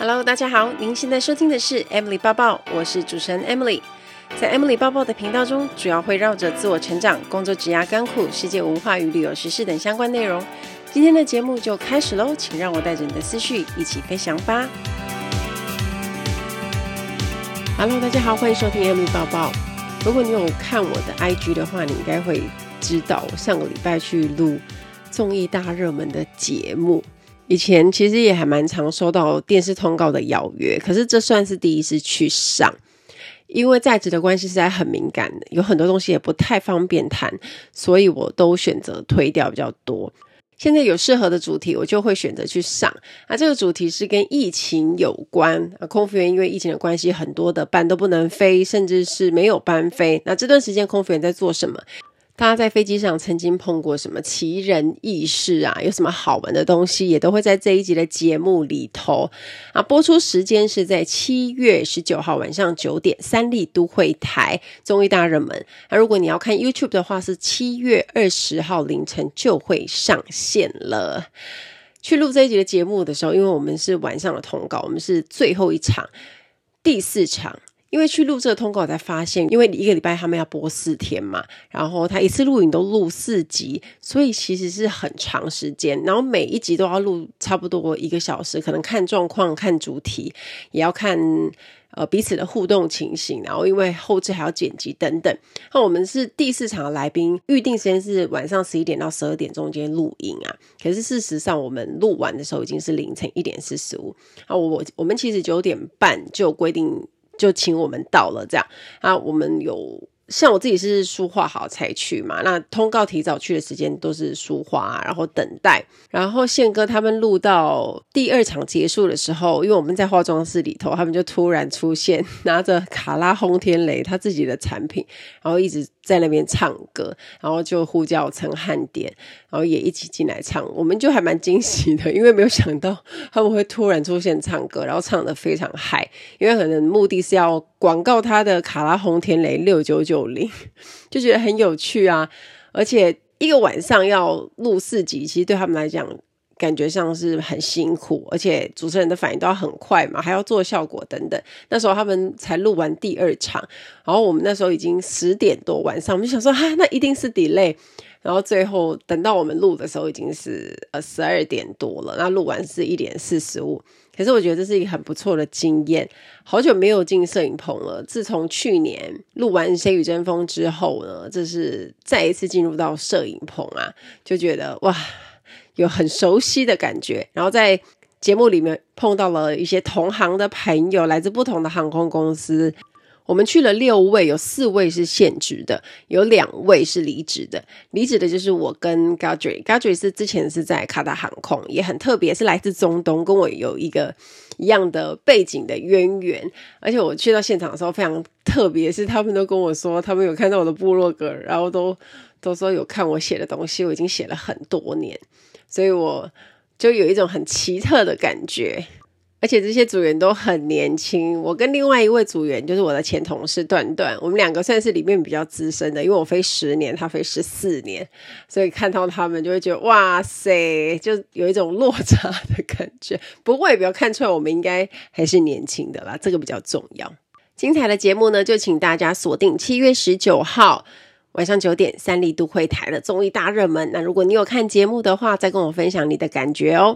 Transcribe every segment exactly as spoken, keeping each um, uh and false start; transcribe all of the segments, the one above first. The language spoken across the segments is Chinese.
Hello， 大家好，您现在收听的是 Emily 报报，我是主持人 Emily。在 Emily 报报的频道中，主要会绕着自我成长、工作职涯甘苦、世界文化与旅游时事等相关内容。今天的节目就开始咯，请让我带着你的思绪一起飞翔吧。Hello， 大家好，欢迎收听 Emily 报报。如果你有看我的 I G 的话，你应该会知道我上个礼拜去录综艺大热门的节目。以前其实也还蛮常收到电视通告的邀约，可是这算是第一次去上，因为在职的关系实在很敏感的，有很多东西也不太方便谈，所以我都选择推掉比较多。现在有适合的主题我就会选择去上，啊，这个主题是跟疫情有关，啊，空服员因为疫情的关系，很多的班都不能飞，甚至是没有班飞。那这段时间空服员在做什么？大家在飞机上曾经碰过什么奇人异事啊，有什么好玩的东西，也都会在这一集的节目里头啊。播出时间是在七月十九号晚上九点，三立都会台综艺大热门。那如果你要看 YouTube 的话，是七月二十号凌晨就会上线了。去录这一集的节目的时候，因为我们是晚上的通告，我们是最后一场，第四场。因为去录这个通告才发现，因为一个礼拜他们要播四天嘛，然后他一次录影都录四集，所以其实是很长时间，然后每一集都要录差不多一个小时，可能看状况看主题，也要看呃彼此的互动情形，然后因为后置还要剪辑等等。那我们是第四场的来宾，预定时间是晚上十一点到十二点中间录音啊，可是事实上我们录完的时候已经是凌晨一点四十五。啊，我我们其实九点半就规定就请我们到了这样啊，我们有像我自己是书画好才去嘛，那通告提早去的时间都是书画啊，然后等待，然后宪哥他们录到第二场结束的时候，因为我们在化妆室里头，他们就突然出现，拿着卡拉轰天雷他自己的产品，然后一直在那边唱歌，然后就呼叫陈汉典，然后也一起进来唱，我们就还蛮惊喜的，因为没有想到他们会突然出现唱歌，然后唱得非常嗨，因为可能目的是要广告他的卡拉轰天雷六九九零，就觉得很有趣啊。而且一个晚上要录四集，其实对他们来讲感觉上是很辛苦，而且主持人的反应都要很快嘛，还要做效果等等。那时候他们才录完第二场，然后我们那时候已经十点多晚上，我们就想说哈，那一定是 delay， 然后最后等到我们录的时候已经是呃十二点多了，那录完是一点四十五。可是我觉得这是一个很不错的经验，好久没有进摄影棚了，自从去年录完《谁与争锋》之后呢，这是再一次进入到摄影棚啊，就觉得哇，有很熟悉的感觉。然后在节目里面碰到了一些同行的朋友，来自不同的航空公司，我们去了六位，有四位是现职的，有两位是离职的。离职的就是我跟 Gadri， Gadri 是之前是在卡达航空，也很特别，是来自中东，跟我有一个一样的背景的渊源。而且我去到现场的时候非常特别，是他们都跟我说他们有看到我的部落格，然后都都说有看我写的东西，我已经写了很多年，所以我就有一种很奇特的感觉。而且这些组员都很年轻，我跟另外一位组员就是我的前同事段段，我们两个算是里面比较资深的，因为我飞十年，他飞十四年，所以看到他们就会觉得哇塞，就有一种落差的感觉。不过也不要看出来我们应该还是年轻的啦，这个比较重要。精彩的节目呢，就请大家锁定七月十九号晚上九点，三立都会台的综艺大热门。那如果你有看节目的话，再跟我分享你的感觉哦。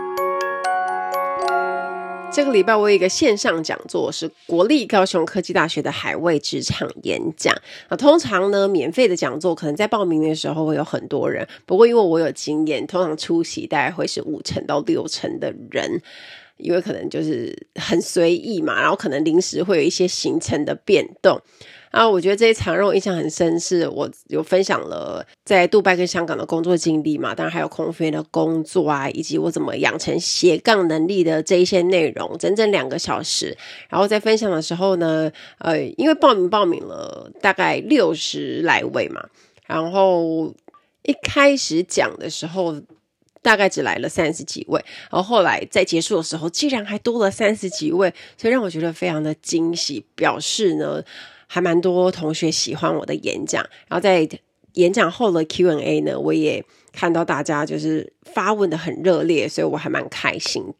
这个礼拜我有一个线上讲座，是国立高雄科技大学的海外职场演讲。啊，通常呢，免费的讲座可能在报名的时候会有很多人，不过因为我有经验，通常出席大概会是五成到六成的人，因为可能就是很随意嘛，然后可能临时会有一些行程的变动。啊，我觉得这一场让我印象很深，是我有分享了在杜拜跟香港的工作经历嘛，当然还有空服员的工作啊，以及我怎么养成斜杠能力的这一些内容，整整两个小时。然后在分享的时候呢，呃，因为报名报名了大概六十来位嘛，然后一开始讲的时候大概只来了三十几位，然后后来在结束的时候竟然还多了三十几位，所以让我觉得非常的惊喜，表示呢还蛮多同学喜欢我的演讲。然后在演讲后的 Q and A 呢，我也看到大家就是发问的很热烈，所以我还蛮开心的。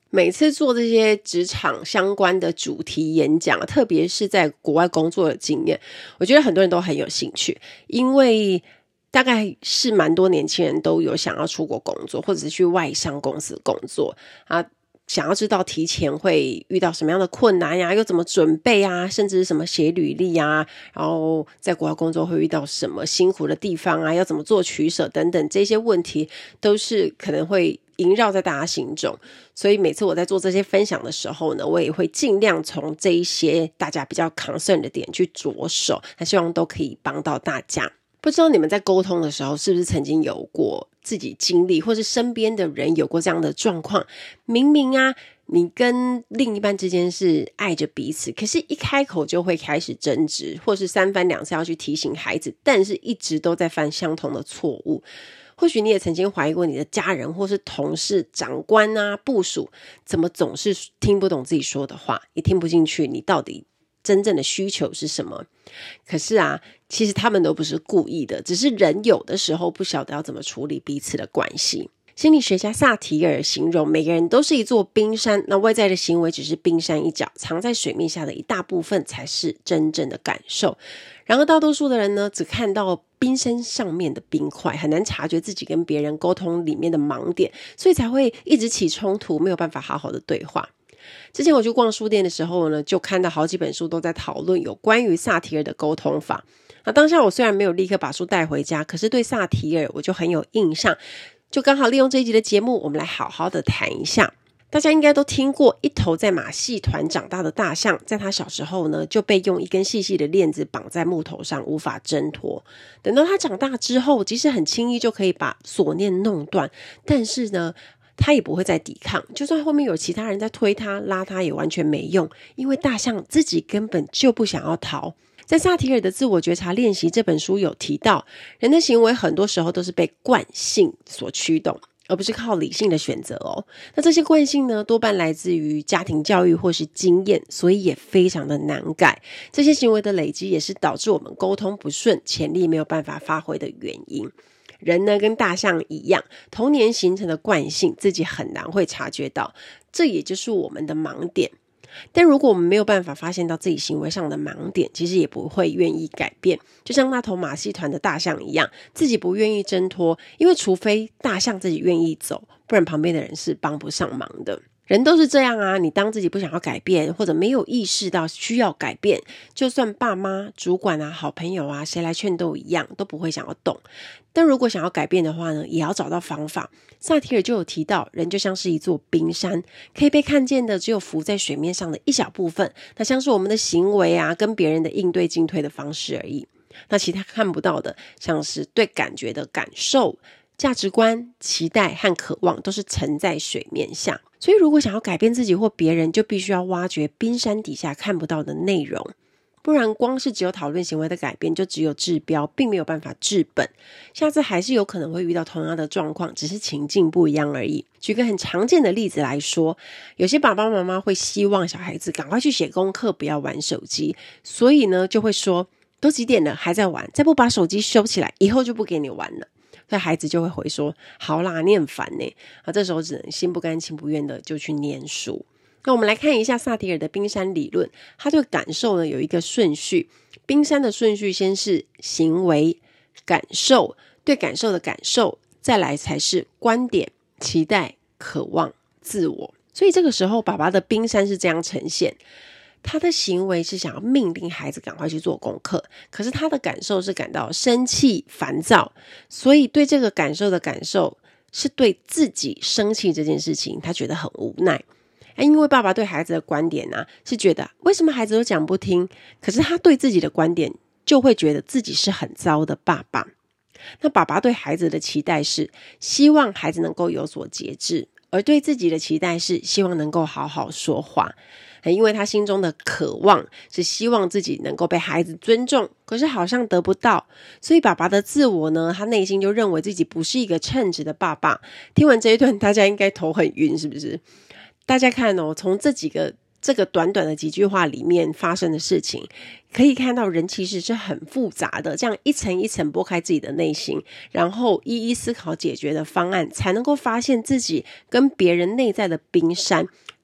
每次做这些职场相关的主题演讲，特别是在国外工作的经验，我觉得很多人都很有兴趣，因为大概是蛮多年轻人都有想要出国工作，或者是去外商公司工作啊，想要知道提前会遇到什么样的困难呀，又怎么准备啊，甚至是什么写履历啊，然后在国外工作会遇到什么辛苦的地方啊，要怎么做取舍等等，这些问题都是可能会萦绕在大家心中。所以每次我在做这些分享的时候呢，我也会尽量从这一些大家比较 concern 的点去着手，那希望都可以帮到大家。不知道你们在沟通的时候是不是曾经有过自己经历，或是身边的人有过这样的状况，明明啊你跟另一半之间是爱着彼此，可是一开口就会开始争执，或是三番两次要去提醒孩子，但是一直都在犯相同的错误。或许你也曾经怀疑过你的家人或是同事、长官啊、部属怎么总是听不懂自己说的话，也听不进去你到底真正的需求是什么。可是啊，其实他们都不是故意的，只是人有的时候不晓得要怎么处理彼此的关系。心理学家萨提尔形容每个人都是一座冰山，那外在的行为只是冰山一角，藏在水面下的一大部分才是真正的感受。然而大多数的人呢，只看到冰山上面的冰块，很难察觉自己跟别人沟通里面的盲点，所以才会一直起冲突，没有办法好好的对话。之前我去逛书店的时候呢，就看到好几本书都在讨论有关于萨提尔的沟通法。那当下我虽然没有立刻把书带回家，可是对萨提尔我就很有印象，就刚好利用这一集的节目，我们来好好的谈一下。大家应该都听过一头在马戏团长大的大象，在他小时候呢就被用一根细细的链子绑在木头上，无法挣脱。等到他长大之后，即使很轻易就可以把锁链弄断，但是呢他也不会再抵抗，就算后面有其他人在推他拉他也完全没用，因为大象自己根本就不想要逃。在萨提尔的自我觉察练习这本书有提到，人的行为很多时候都是被惯性所驱动，而不是靠理性的选择哦。那这些惯性呢，多半来自于家庭教育或是经验，所以也非常的难改。这些行为的累积也是导致我们沟通不顺、潜力没有办法发挥的原因。人呢跟大象一样，童年形成的惯性自己很难会察觉到，这也就是我们的盲点。但如果我们没有办法发现到自己行为上的盲点，其实也不会愿意改变，就像那头马戏团的大象一样，自己不愿意挣脱，因为除非大象自己愿意走，不然旁边的人是帮不上忙的。人都是这样啊，你当自己不想要改变，或者没有意识到需要改变，就算爸妈、主管啊、好朋友啊，谁来劝都一样，都不会想要动。但如果想要改变的话呢，也要找到方法。萨提尔就有提到，人就像是一座冰山，可以被看见的只有浮在水面上的一小部分，那像是我们的行为啊，跟别人的应对进退的方式而已。那其他看不到的，像是对感觉的感受、价值观、期待和渴望，都是沉在水面下。所以如果想要改变自己或别人，就必须要挖掘冰山底下看不到的内容，不然光是只有讨论行为的改变，就只有治标，并没有办法治本。下次还是有可能会遇到同样的状况，只是情境不一样而已。举个很常见的例子来说，有些爸爸妈妈会希望小孩子赶快去写功课，不要玩手机，所以呢就会说，都几点了还在玩，再不把手机收起来，以后就不给你玩了。所以孩子就会回说，好啦，你很烦耶。啊，这时候只能心不甘情不愿的就去念书。那我们来看一下萨提尔的冰山理论，他对感受呢有一个顺序，冰山的顺序先是行为、感受、对感受的感受，再来才是观点、期待、渴望、自我。所以这个时候爸爸的冰山是这样呈现，他的行为是想要命令孩子赶快去做功课，可是他的感受是感到生气、烦躁，所以对这个感受的感受是对自己生气这件事情，他觉得很无奈。因为爸爸对孩子的观点啊，是觉得为什么孩子都讲不听，可是他对自己的观点就会觉得自己是很糟的爸爸。那爸爸对孩子的期待是希望孩子能够有所节制，而对自己的期待是希望能够好好说话。因为他心中的渴望是希望自己能够被孩子尊重，可是好像得不到，所以爸爸的自我呢，他内心就认为自己不是一个称职的爸爸。听完这一段，大家应该头很晕，是不是？大家看哦，从这几个这个短短的几句话里面发生的事情，可以看到人其实是很复杂的，这样一层一层剥开自己的内心，然后一一思考解决的方案，才能够发现自己跟别人内在的冰山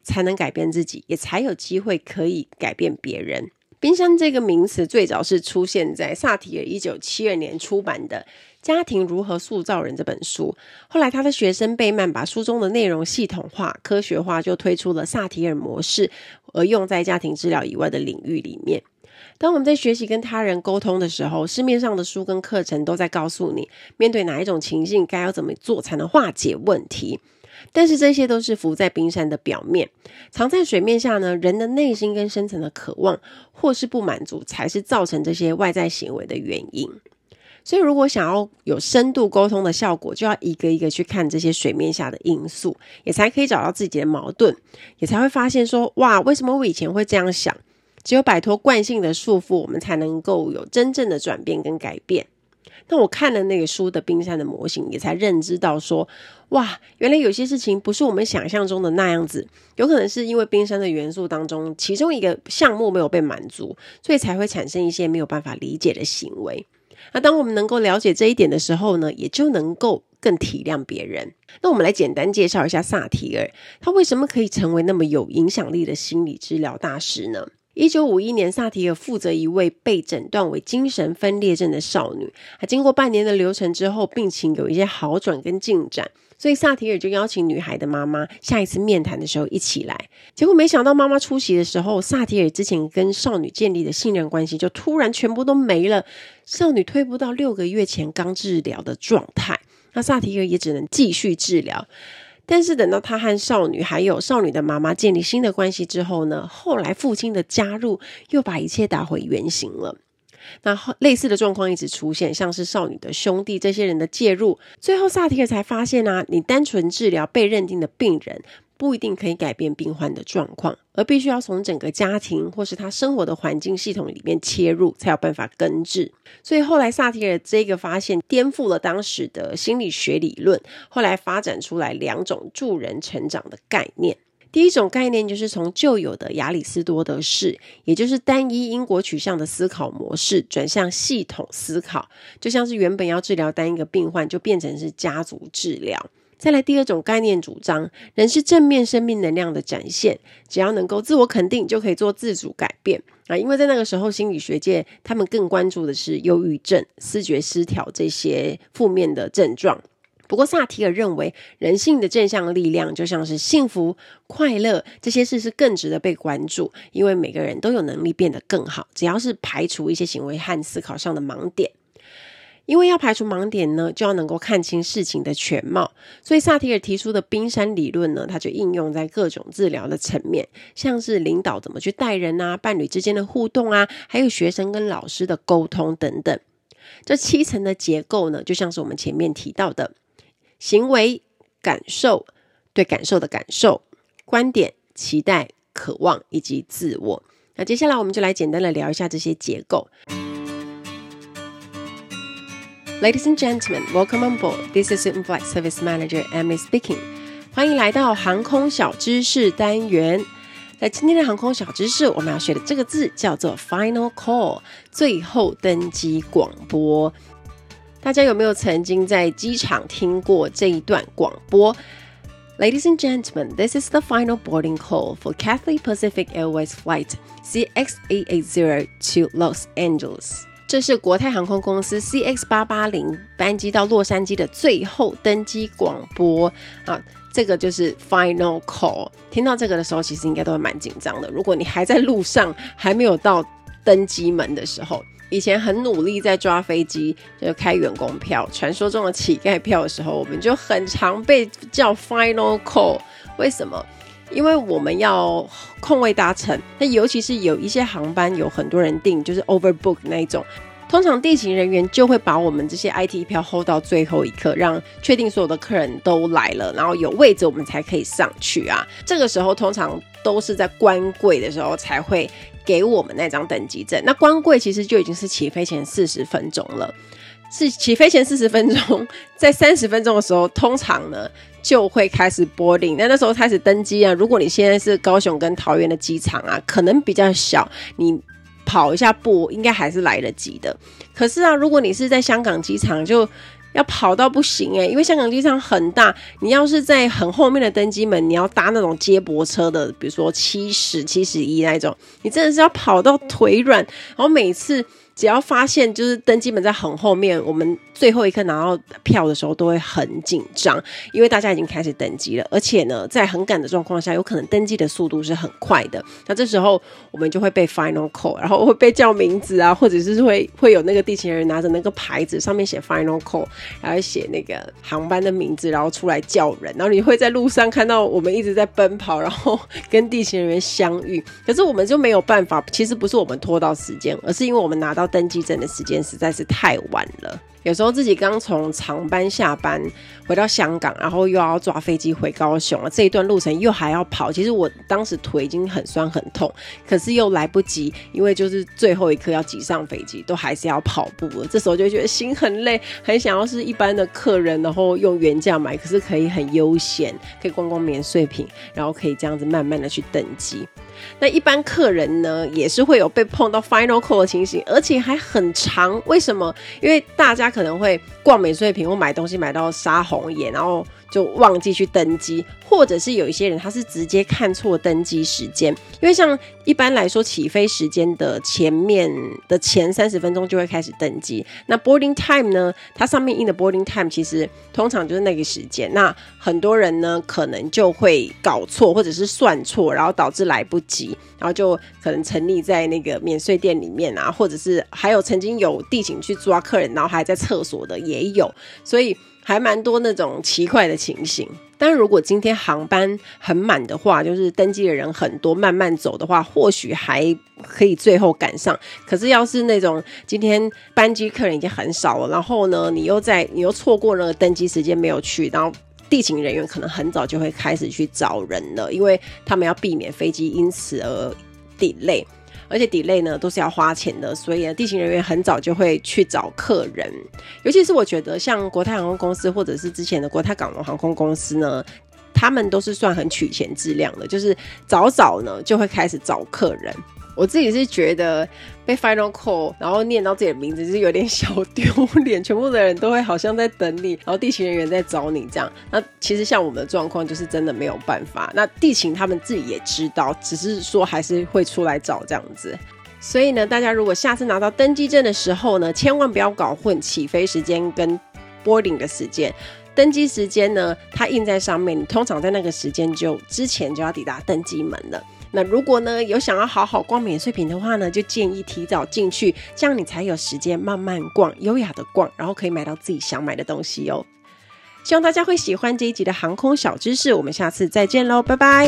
才能改变自己，也才有机会可以改变别人。冰山这个名词最早是出现在萨提尔一九七二年出版的《家庭如何塑造人》这本书，后来他的学生贝曼把书中的内容系统化、科学化，就推出了萨提尔模式，而用在家庭治疗以外的领域里面。当我们在学习跟他人沟通的时候，市面上的书跟课程都在告诉你，面对哪一种情境该要怎么做才能化解问题。但是这些都是浮在冰山的表面，藏在水面下呢，人的内心跟深层的渴望或是不满足，才是造成这些外在行为的原因。所以如果想要有深度沟通的效果，就要一个一个去看这些水面下的因素，也才可以找到自己的矛盾，也才会发现说，哇，为什么我以前会这样想？只有摆脱惯性的束缚，我们才能够有真正的转变跟改变。那我看了那个书的冰山的模型，也才认知到说，哇，原来有些事情不是我们想象中的那样子，有可能是因为冰山的元素当中其中一个项目没有被满足，所以才会产生一些没有办法理解的行为。那当我们能够了解这一点的时候呢，也就能够更体谅别人。那我们来简单介绍一下萨提尔，他为什么可以成为那么有影响力的心理治疗大师呢？一九五一年，萨提尔负责一位被诊断为精神分裂症的少女，经过半年的流程之后，病情有一些好转跟进展，所以萨提尔就邀请女孩的妈妈下一次面谈的时候一起来。结果没想到妈妈出席的时候，萨提尔之前跟少女建立的信任关系就突然全部都没了，少女退步到六个月前刚治疗的状态，那萨提尔也只能继续治疗。但是等到他和少女还有少女的妈妈建立新的关系之后呢，后来父亲的加入又把一切打回原形了。那类似的状况一直出现，像是少女的兄弟这些人的介入，最后萨提尔才发现啊，你单纯治疗被认定的病人不一定可以改变病患的状况，而必须要从整个家庭或是他生活的环境系统里面切入，才有办法根治。所以后来萨提尔这个发现颠覆了当时的心理学理论，后来发展出来两种助人成长的概念。第一种概念就是从旧有的亚里士多德式，也就是单一因果取向的思考模式，转向系统思考，就像是原本要治疗单一个病患，就变成是家族治疗。再来第二种概念主张，人是正面生命能量的展现，只要能够自我肯定，就可以做自主改变啊！因为在那个时候，心理学界他们更关注的是忧郁症、思觉失调这些负面的症状。不过萨提尔认为，人性的正向力量就像是幸福、快乐这些事是更值得被关注，因为每个人都有能力变得更好，只要是排除一些行为和思考上的盲点。因为要排除盲点呢，就要能够看清事情的全貌，所以萨提尔提出的冰山理论呢，它就应用在各种治疗的层面，像是领导怎么去带人啊，伴侣之间的互动啊，还有学生跟老师的沟通等等。这七层的结构呢，就像是我们前面提到的行为、感受、对感受的感受、观点、期待、渴望以及自我。那接下来我们就来简单的聊一下这些结构。Ladies and gentlemen, welcome on board. This is In-Flight Service Manager Emily speaking. 欢迎来到航空小知识单元。在今天的航空小知识，我们要学的这个字叫做 Final Call， 最后登机广播。大家有没有曾经在机场听过这一段广播？ Ladies and gentlemen, this is the final boarding call for Cathay Pacific Airways flight C X eight eighty to Los Angeles。这是国泰航空公司 C X 八八零 班机到洛杉矶的最后登机广播啊，这个就是 Final Call。 听到这个的时候，其实应该都会蛮紧张的。如果你还在路上，还没有到登机门的时候，以前很努力在抓飞机，就开员工票，传说中的乞丐票的时候，我们就很常被叫 Final Call。 为什么？因为我们要空位搭乘，那尤其是有一些航班有很多人订，就是 overbook 那一种，通常地勤人员就会把我们这些 I T 票 hold 到最后一刻，让确定所有的客人都来了，然后有位置我们才可以上去啊。这个时候通常都是在关柜的时候才会给我们那张登机证，那关柜其实就已经是起飞前四十分钟了，是起飞前四十分钟，在三十分钟的时候，通常呢就会开始 boarding。 那那时候开始登机啊，如果你现在是高雄跟桃园的机场啊，可能比较小，你跑一下步应该还是来得及的。可是啊，如果你是在香港机场，就要跑到不行欸，因为香港机场很大，你要是在很后面的登机门，你要搭那种接驳车的，比如说七十、七十一那种，你真的是要跑到腿软，然后每次只要发现就是登机门在很后面，我们最后一刻拿到票的时候都会很紧张，因为大家已经开始登机了，而且呢在很赶的状况下，有可能登机的速度是很快的，那这时候我们就会被 final call， 然后会被叫名字啊，或者是会会有那个地勤人拿着那个牌子，上面写 final call， 然后写那个航班的名字，然后出来叫人，然后你会在路上看到我们一直在奔跑，然后跟地勤人员相遇，可是我们就没有办法，其实不是我们拖到时间，而是因为我们拿到登机证的时间实在是太晚了。有时候自己刚从长班下班回到香港，然后又要抓飞机回高雄了，这一段路程又还要跑，其实我当时腿已经很酸很痛，可是又来不及，因为就是最后一刻要挤上飞机，都还是要跑步了，这时候就觉得心很累，很想要是一般的客人，然后用原价买，可是可以很悠闲，可以逛逛免税品，然后可以这样子慢慢的去登机。那一般客人呢也是会有被碰到 final call 的情形，而且还很长，为什么？因为大家可能会逛免税品或买东西买到杀红眼，然后就忘记去登机，或者是有一些人他是直接看错登机时间，因为像一般来说起飞时间的前面的前三十分钟就会开始登机，那 boarding time 呢，它上面印的 boarding time 其实通常就是那个时间，那很多人呢可能就会搞错或者是算错，然后导致来不及，然后就可能沉溺在那个免税店里面啊，或者是还有曾经有地勤去抓客人然后还在厕所的也有，所以还蛮多那种奇怪的情形。当然如果今天航班很满的话，就是登机的人很多，慢慢走的话或许还可以最后赶上，可是要是那种今天班机客人已经很少了，然后呢你又在你又错过那个登机时间没有去，然后地勤人员可能很早就会开始去找人了，因为他们要避免飞机因此而 delay，而且 delay 呢都是要花钱的，所以呢地勤人员很早就会去找客人。尤其是我觉得像国泰航空公司或者是之前的国泰港龙航空公司呢，他们都是算很取钱质量的，就是早早呢就会开始找客人。我自己是觉得被 final call 然后念到自己的名字就是有点小丢脸，全部的人都会好像在等你，然后地勤人员在找你这样。那其实像我们的状况就是真的没有办法，那地勤他们自己也知道，只是说还是会出来找这样子。所以呢大家如果下次拿到登机证的时候呢，千万不要搞混起飞时间跟 boarding 的时间。登机时间呢它印在上面，你通常在那个时间就之前就要抵达登机门了。那如果呢有想要好好逛免税品的话呢，就建议提早进去，这样你才有时间慢慢逛，优雅的逛，然后可以买到自己想买的东西哦。希望大家会喜欢这一集的航空小知识，我们下次再见咯，拜拜。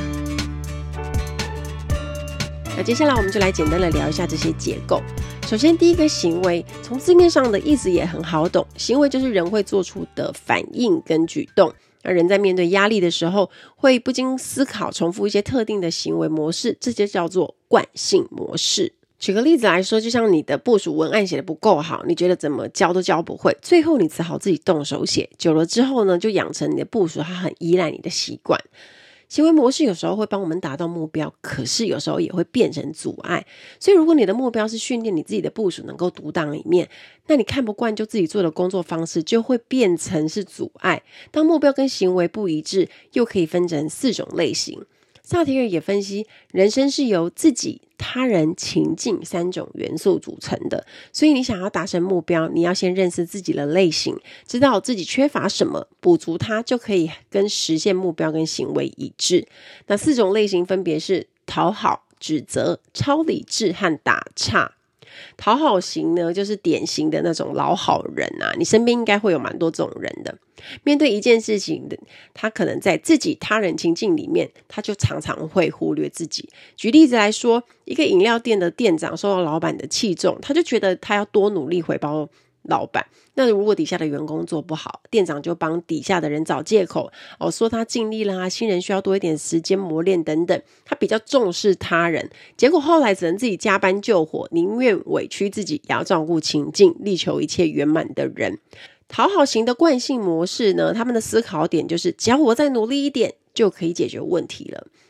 那接下来我们就来简单的聊一下这些结构。首先第一个行为，从字面上的意思也很好懂，行为就是人会做出的反应跟举动，而人在面对压力的时候会不经思考重复一些特定的行为模式，这就叫做惯性模式。举个例子来说，就像你的部署文案写得不够好，你觉得怎么教都教不会，最后你只好自己动手写，久了之后呢，就养成你的部署它很依赖你的习惯。行为模式有时候会帮我们达到目标，可是有时候也会变成阻碍，所以如果你的目标是训练你自己的部署能够独当一面，那你看不惯就自己做的工作方式就会变成是阻碍。当目标跟行为不一致，又可以分成四种类型。萨提尔也分析，人生是由自己、他人、情境三种元素组成的，所以你想要达成目标，你要先认识自己的类型，知道自己缺乏什么，补足它，就可以跟实现目标跟行为一致。那四种类型分别是讨好、指责、超理智和打岔。讨好型呢，就是典型的那种老好人啊，你身边应该会有蛮多这种人的。面对一件事情，他可能在自己、他人情境里面，他就常常会忽略自己。举例子来说，一个饮料店的店长受到老板的器重，他就觉得他要多努力回报老板。那如果底下的员工做不好，店长就帮底下的人找借口，哦，说他尽力啦，新人需要多一点时间磨练等等，他比较重视他人，结果后来只能自己加班救火，宁愿委屈自己也要照顾情境，力求一切圆满的人。讨好型的惯性模式呢，他们的思考点就是只要我再努力一点就可以解决问题了。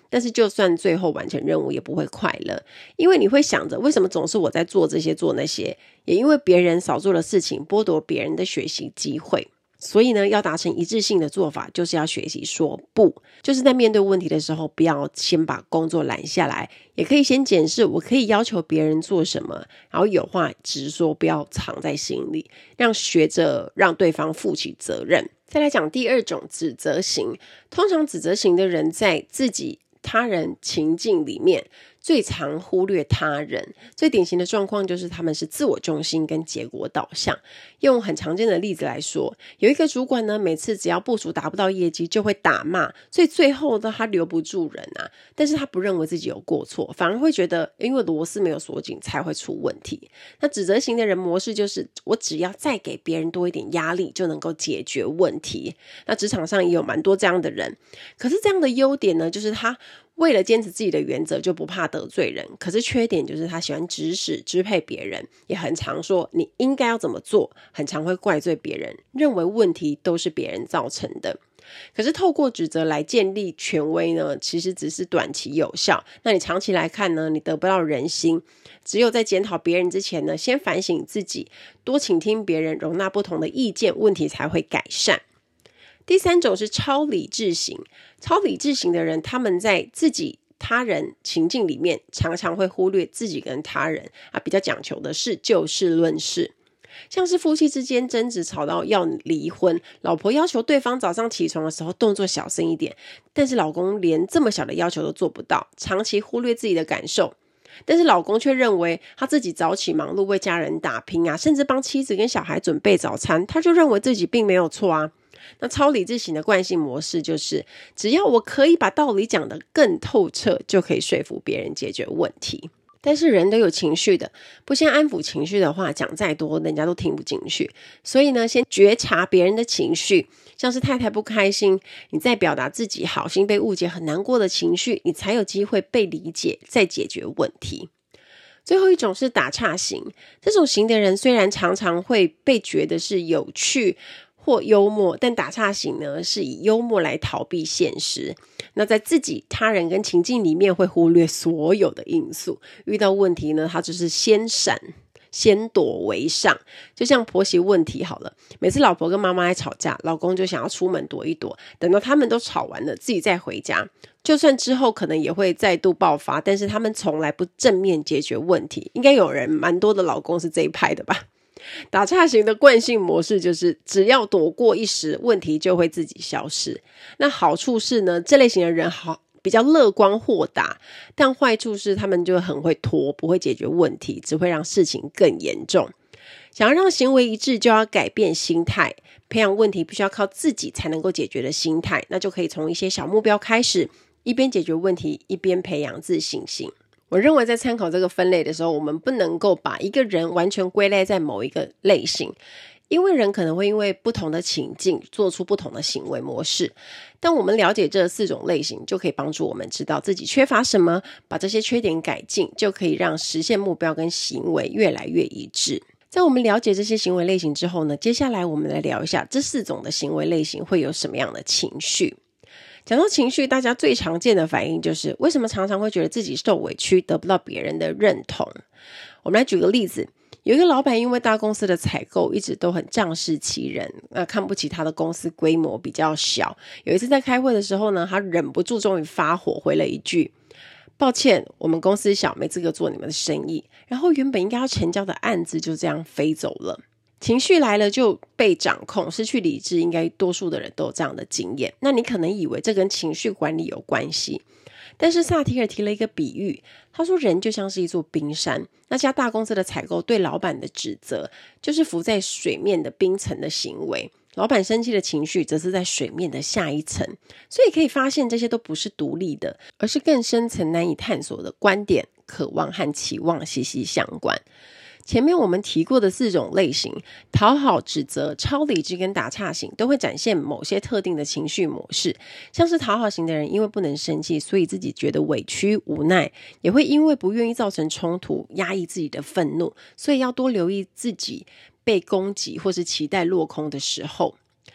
但是就算最后完成任务也不会快乐，因为你会想着为什么总是我在做这些做那些，也因为别人少做的事情剥夺别人的学习机会。所以呢，要达成一致性的做法，就是要学习说不，就是在面对问题的时候，不要先把工作揽下来，也可以先检视我可以要求别人做什么，然后有话直说，不要藏在心里，让学着让对方负起责任。再来讲第二种指责型，通常指责型的人在自己他人情境里面最常忽略他人，最典型的状况就是他们是自我中心跟结果导向。用很常见的例子来说，有一个主管呢，每次只要部属达不到业绩就会打骂，所以最后呢他留不住人啊，但是他不认为自己有过错，反而会觉得因为螺丝没有锁紧才会出问题。那指责型的人模式就是我只要再给别人多一点压力就能够解决问题。那职场上也有蛮多这样的人，可是这样的优点呢，就是他为了坚持自己的原则就不怕得罪人，可是缺点就是他喜欢指使支配别人，也很常说你应该要怎么做，很常会怪罪别人，认为问题都是别人造成的。可是透过指责来建立权威呢，其实只是短期有效，那你长期来看呢，你得不到人心。只有在检讨别人之前呢，先反省自己，多倾听别人，容纳不同的意见，问题才会改善。第三种是超理智型，超理智型的人，他们在自己他人情境里面常常会忽略自己跟他人啊，比较讲求的是就事论事。像是夫妻之间争执吵到要离婚，老婆要求对方早上起床的时候动作小声一点，但是老公连这么小的要求都做不到，长期忽略自己的感受，但是老公却认为他自己早起忙碌为家人打拼啊，甚至帮妻子跟小孩准备早餐，他就认为自己并没有错啊。那超理智型的惯性模式就是只要我可以把道理讲得更透彻，就可以说服别人解决问题。但是人都有情绪的，不先安抚情绪的话，讲再多人家都听不进去。所以呢，先觉察别人的情绪，像是太太不开心，你再表达自己好心被误解很难过的情绪，你才有机会被理解，再解决问题。最后一种是打岔型，这种型的人虽然常常会被觉得是有趣或幽默，但打岔型呢是以幽默来逃避现实。那在自己他人跟情境里面会忽略所有的因素，遇到问题呢他就是先闪先躲为上。就像婆媳问题好了，每次老婆跟妈妈在吵架，老公就想要出门躲一躲，等到他们都吵完了自己再回家，就算之后可能也会再度爆发，但是他们从来不正面解决问题。应该有人蛮多的老公是这一派的吧。打岔型的惯性模式就是只要躲过一时，问题就会自己消失。那好处是呢，这类型的人好比较乐观豁达，但坏处是他们就很会拖，不会解决问题，只会让事情更严重。想要让行为一致，就要改变心态，培养问题必须要靠自己才能够解决的心态，那就可以从一些小目标开始，一边解决问题，一边培养自信心。我认为在参考这个分类的时候，我们不能够把一个人完全归类在某一个类型，因为人可能会因为不同的情境做出不同的行为模式。当我们了解这四种类型，就可以帮助我们知道自己缺乏什么，把这些缺点改进，就可以让实现目标跟行为越来越一致。在我们了解这些行为类型之后呢，接下来我们来聊一下这四种的行为类型会有什么样的情绪。讲到情绪，大家最常见的反应就是为什么常常会觉得自己受委屈，得不到别人的认同。我们来举个例子，有一个老板因为大公司的采购一直都很仗势欺人，那看不起他的公司规模比较小。有一次在开会的时候呢，他忍不住终于发火，回了一句：抱歉，我们公司小，没资格做你们的生意。然后原本应该要成交的案子就这样飞走了。情绪来了就被掌控，失去理智，应该多数的人都有这样的经验。那你可能以为这跟情绪管理有关系，但是萨提尔提了一个比喻，他说人就像是一座冰山，那家大公司的采购对老板的指责就是浮在水面的冰层的行为，老板生气的情绪则是在水面的下一层。所以可以发现这些都不是独立的，而是更深层难以探索的观点、渴望和期望息息相关。前面我们提过的四种类型，讨好、指责、超理智跟打岔型，都会展现某些特定的情绪模式。像是讨好型的人因为不能生气，所以自己觉得委屈无奈，也会因为不愿意造成冲突，压抑自己的愤怒，所以要多留意自己被攻击或是期待落空的时候。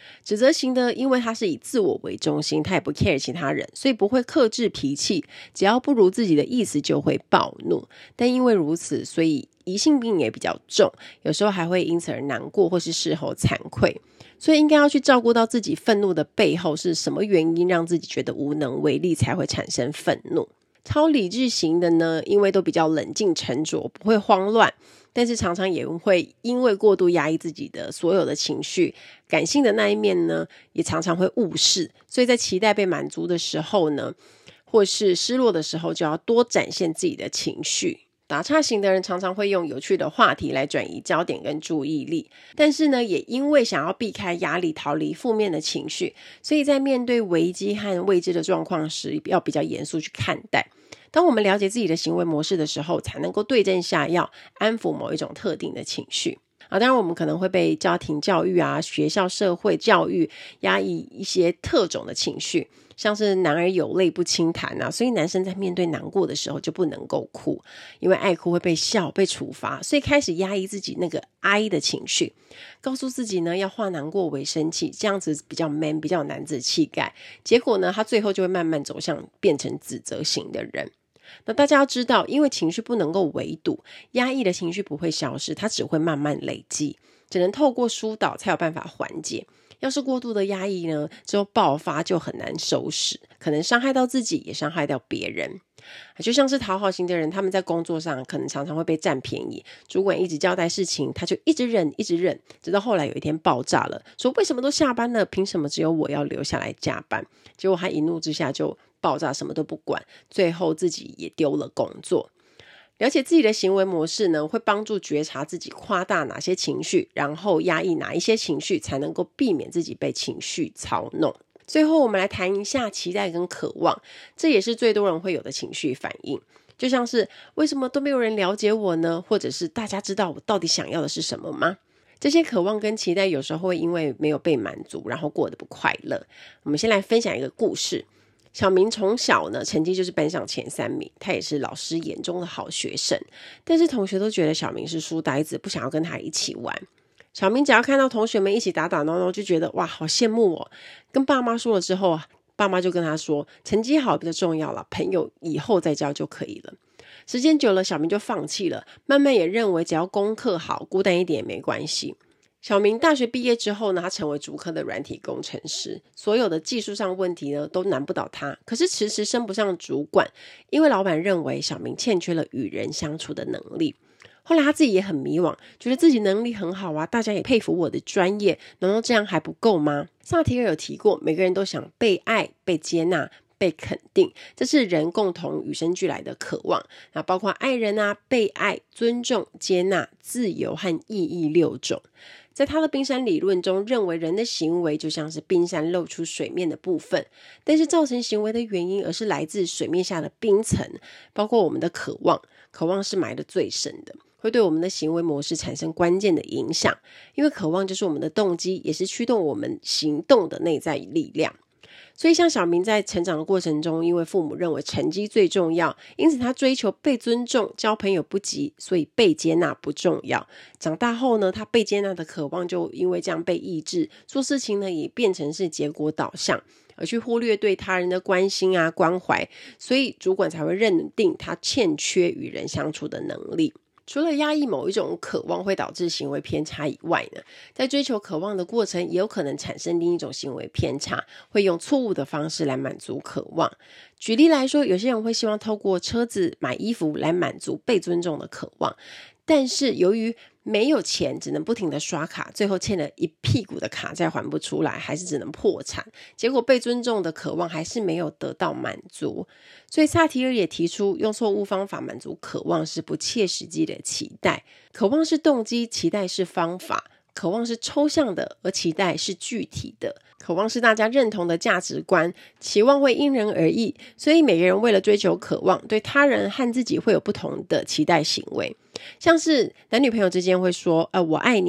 指责型的，因为他是以自我为中心，他也不 care 其他人，所以不会克制脾气，只要不如自己的意思就会暴怒。但因为如此，所以疑心病也比较重，有时候还会因此而难过或是事后惭愧。所以应该要去照顾到自己愤怒的背后是什么原因让自己觉得无能为力，才会产生愤怒。超理智型的呢，因为都比较冷静沉着，不会慌乱，但是常常也会因为过度压抑自己的所有的情绪，感性的那一面呢也常常会误视，所以在期待被满足的时候呢，或是失落的时候，就要多展现自己的情绪。打岔型的人常常会用有趣的话题来转移焦点跟注意力，但是呢，也因为想要避开压力，逃离负面的情绪，所以在面对危机和未知的状况时，要比较严肃去看待。当我们了解自己的行为模式的时候，才能够对症下药，安抚某一种特定的情绪。啊，当然我们可能会被家庭教育啊、学校社会教育压抑一些特种的情绪，像是男儿有泪不轻弹啊，所以男生在面对难过的时候就不能够哭，因为爱哭会被笑被处罚，所以开始压抑自己那个哀的情绪，告诉自己呢要化难过为生气，这样子比较 man 比较有男子气概，结果呢他最后就会慢慢走向变成指责型的人。那大家要知道，因为情绪不能够围堵，压抑的情绪不会消失，它只会慢慢累积，只能透过疏导才有办法缓解。要是过度的压抑呢，之后爆发就很难收拾，可能伤害到自己，也伤害到别人。就像是讨好型的人，他们在工作上可能常常会被占便宜，主管一直交代事情，他就一直忍一直忍，直到后来有一天爆炸了，说为什么都下班了，凭什么只有我要留下来加班？结果他一怒之下就爆炸，什么都不管，最后自己也丢了工作。了解自己的行为模式呢，会帮助觉察自己夸大哪些情绪，然后压抑哪一些情绪，才能够避免自己被情绪操弄。最后我们来谈一下期待跟渴望，这也是最多人会有的情绪反应。就像是为什么都没有人了解我呢？或者是大家知道我到底想要的是什么吗？这些渴望跟期待有时候会因为没有被满足，然后过得不快乐。我们先来分享一个故事。小明从小呢成绩就是班上前三名，他也是老师眼中的好学生，但是同学都觉得小明是书呆子，不想要跟他一起玩。小明只要看到同学们一起打打闹闹，就觉得哇好羡慕哦。跟爸妈说了之后，爸妈就跟他说成绩好比较重要了，朋友以后再交就可以了。时间久了，小明就放弃了，慢慢也认为只要功课好，孤单一点也没关系。小明大学毕业之后呢，他成为竹科的软体工程师，所有的技术上问题呢都难不倒他，可是迟迟升不上主管，因为老板认为小明欠缺了与人相处的能力。后来他自己也很迷惘，觉得自己能力很好啊，大家也佩服我的专业，难道这样还不够吗？萨提尔有提过，每个人都想被爱、被接纳、被肯定，这是人共同与生俱来的渴望，那包括爱人啊、被爱、尊重、接纳、自由和意义六种。在他的冰山理论中，认为人的行为就像是冰山露出水面的部分，但是造成行为的原因而是来自水面下的冰层，包括我们的渴望，渴望是埋得最深的，会对我们的行为模式产生关键的影响，因为渴望就是我们的动机，也是驱动我们行动的内在力量。所以像小明在成长的过程中，因为父母认为成绩最重要，因此他追求被尊重，交朋友不急，所以被接纳不重要。长大后呢，他被接纳的渴望就因为这样被抑制，做事情呢也变成是结果导向，而去忽略对他人的关心啊关怀，所以主管才会认定他欠缺与人相处的能力。除了压抑某一种渴望会导致行为偏差以外呢，在追求渴望的过程也有可能产生另一种行为偏差，会用错误的方式来满足渴望。举例来说，有些人会希望透过车子买衣服来满足被尊重的渴望，但是由于没有钱，只能不停的刷卡，最后欠了一屁股的卡债还不出来，还是只能破产，结果被尊重的渴望还是没有得到满足。所以萨提尔也提出，用错误方法满足渴望是不切实际的期待。渴望是动机，期待是方法。渴望是抽象的，而期待是具体的。渴望是大家认同的价值观，期望会因人而异，所以每个人为了追求渴望，对他人和自己会有不同的期待行为。像是男女朋友之间会说、呃、我爱你，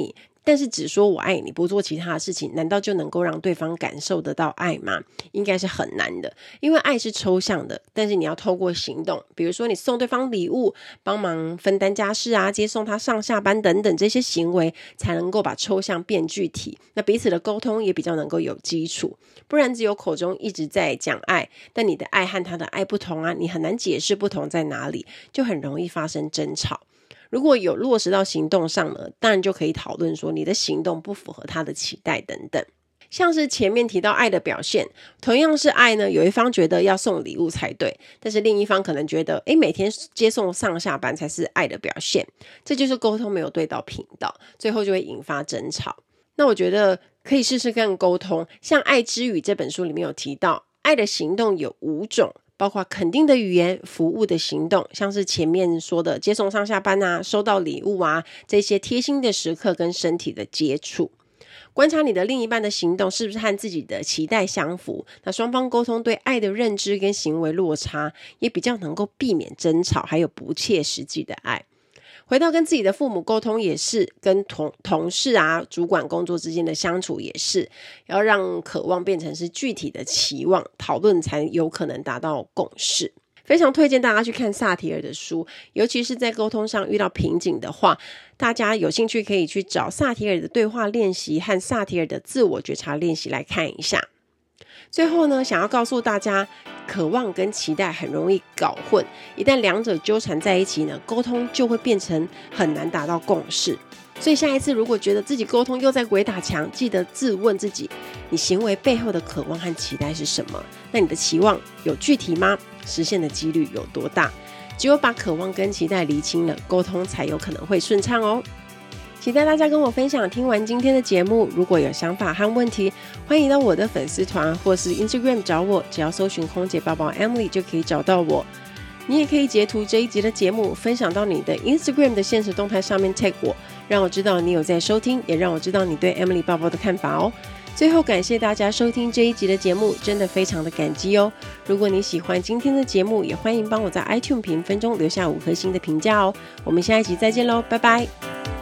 但是只说我爱你，不做其他的事情，难道就能够让对方感受得到爱吗？应该是很难的，因为爱是抽象的，但是你要透过行动，比如说你送对方礼物，帮忙分担家事啊，接送他上下班等等，这些行为才能够把抽象变具体，那彼此的沟通也比较能够有基础。不然只有口中一直在讲爱，但你的爱和他的爱不同啊，你很难解释不同在哪里，就很容易发生争吵。如果有落实到行动上呢，当然就可以讨论说你的行动不符合他的期待等等。像是前面提到爱的表现，同样是爱呢，有一方觉得要送礼物才对，但是另一方可能觉得诶每天接送上下班才是爱的表现，这就是沟通没有对到频道，最后就会引发争吵。那我觉得可以试试看沟通，像《爱之语》这本书里面有提到，爱的行动有五种，包括肯定的语言、服务的行动，像是前面说的接送上下班啊、收到礼物啊，这些贴心的时刻跟身体的接触。观察你的另一半的行动是不是和自己的期待相符，那双方沟通对爱的认知跟行为落差，也比较能够避免争吵还有不切实际的爱。回到跟自己的父母沟通也是，跟 同, 同事啊、主管工作之间的相处也是，要让渴望变成是具体的期望，讨论才有可能达到共识。非常推荐大家去看萨提尔的书，尤其是在沟通上遇到瓶颈的话，大家有兴趣可以去找萨提尔的对话练习和萨提尔的自我觉察练习来看一下。最后呢，想要告诉大家，渴望跟期待很容易搞混，一旦两者纠缠在一起呢，沟通就会变成很难达到共识。所以下一次如果觉得自己沟通又在鬼打墙，记得自问自己，你行为背后的渴望和期待是什么？那你的期望有具体吗？实现的几率有多大？只有把渴望跟期待厘清了，沟通才有可能会顺畅哦。期待大家跟我分享听完今天的节目，如果有想法和问题，欢迎到我的粉丝团或是 Instagram 找我，只要搜寻空姐宝宝 Emily 就可以找到我。你也可以截图这一集的节目分享到你的 Instagram 的限时动态上面 tag 我，让我知道你有在收听，也让我知道你对 Emily 宝宝的看法哦。最后感谢大家收听这一集的节目，真的非常的感激哦。如果你喜欢今天的节目，也欢迎帮我在 iTunes 评分中留下五颗星的评价哦。我们下一集再见咯，拜拜。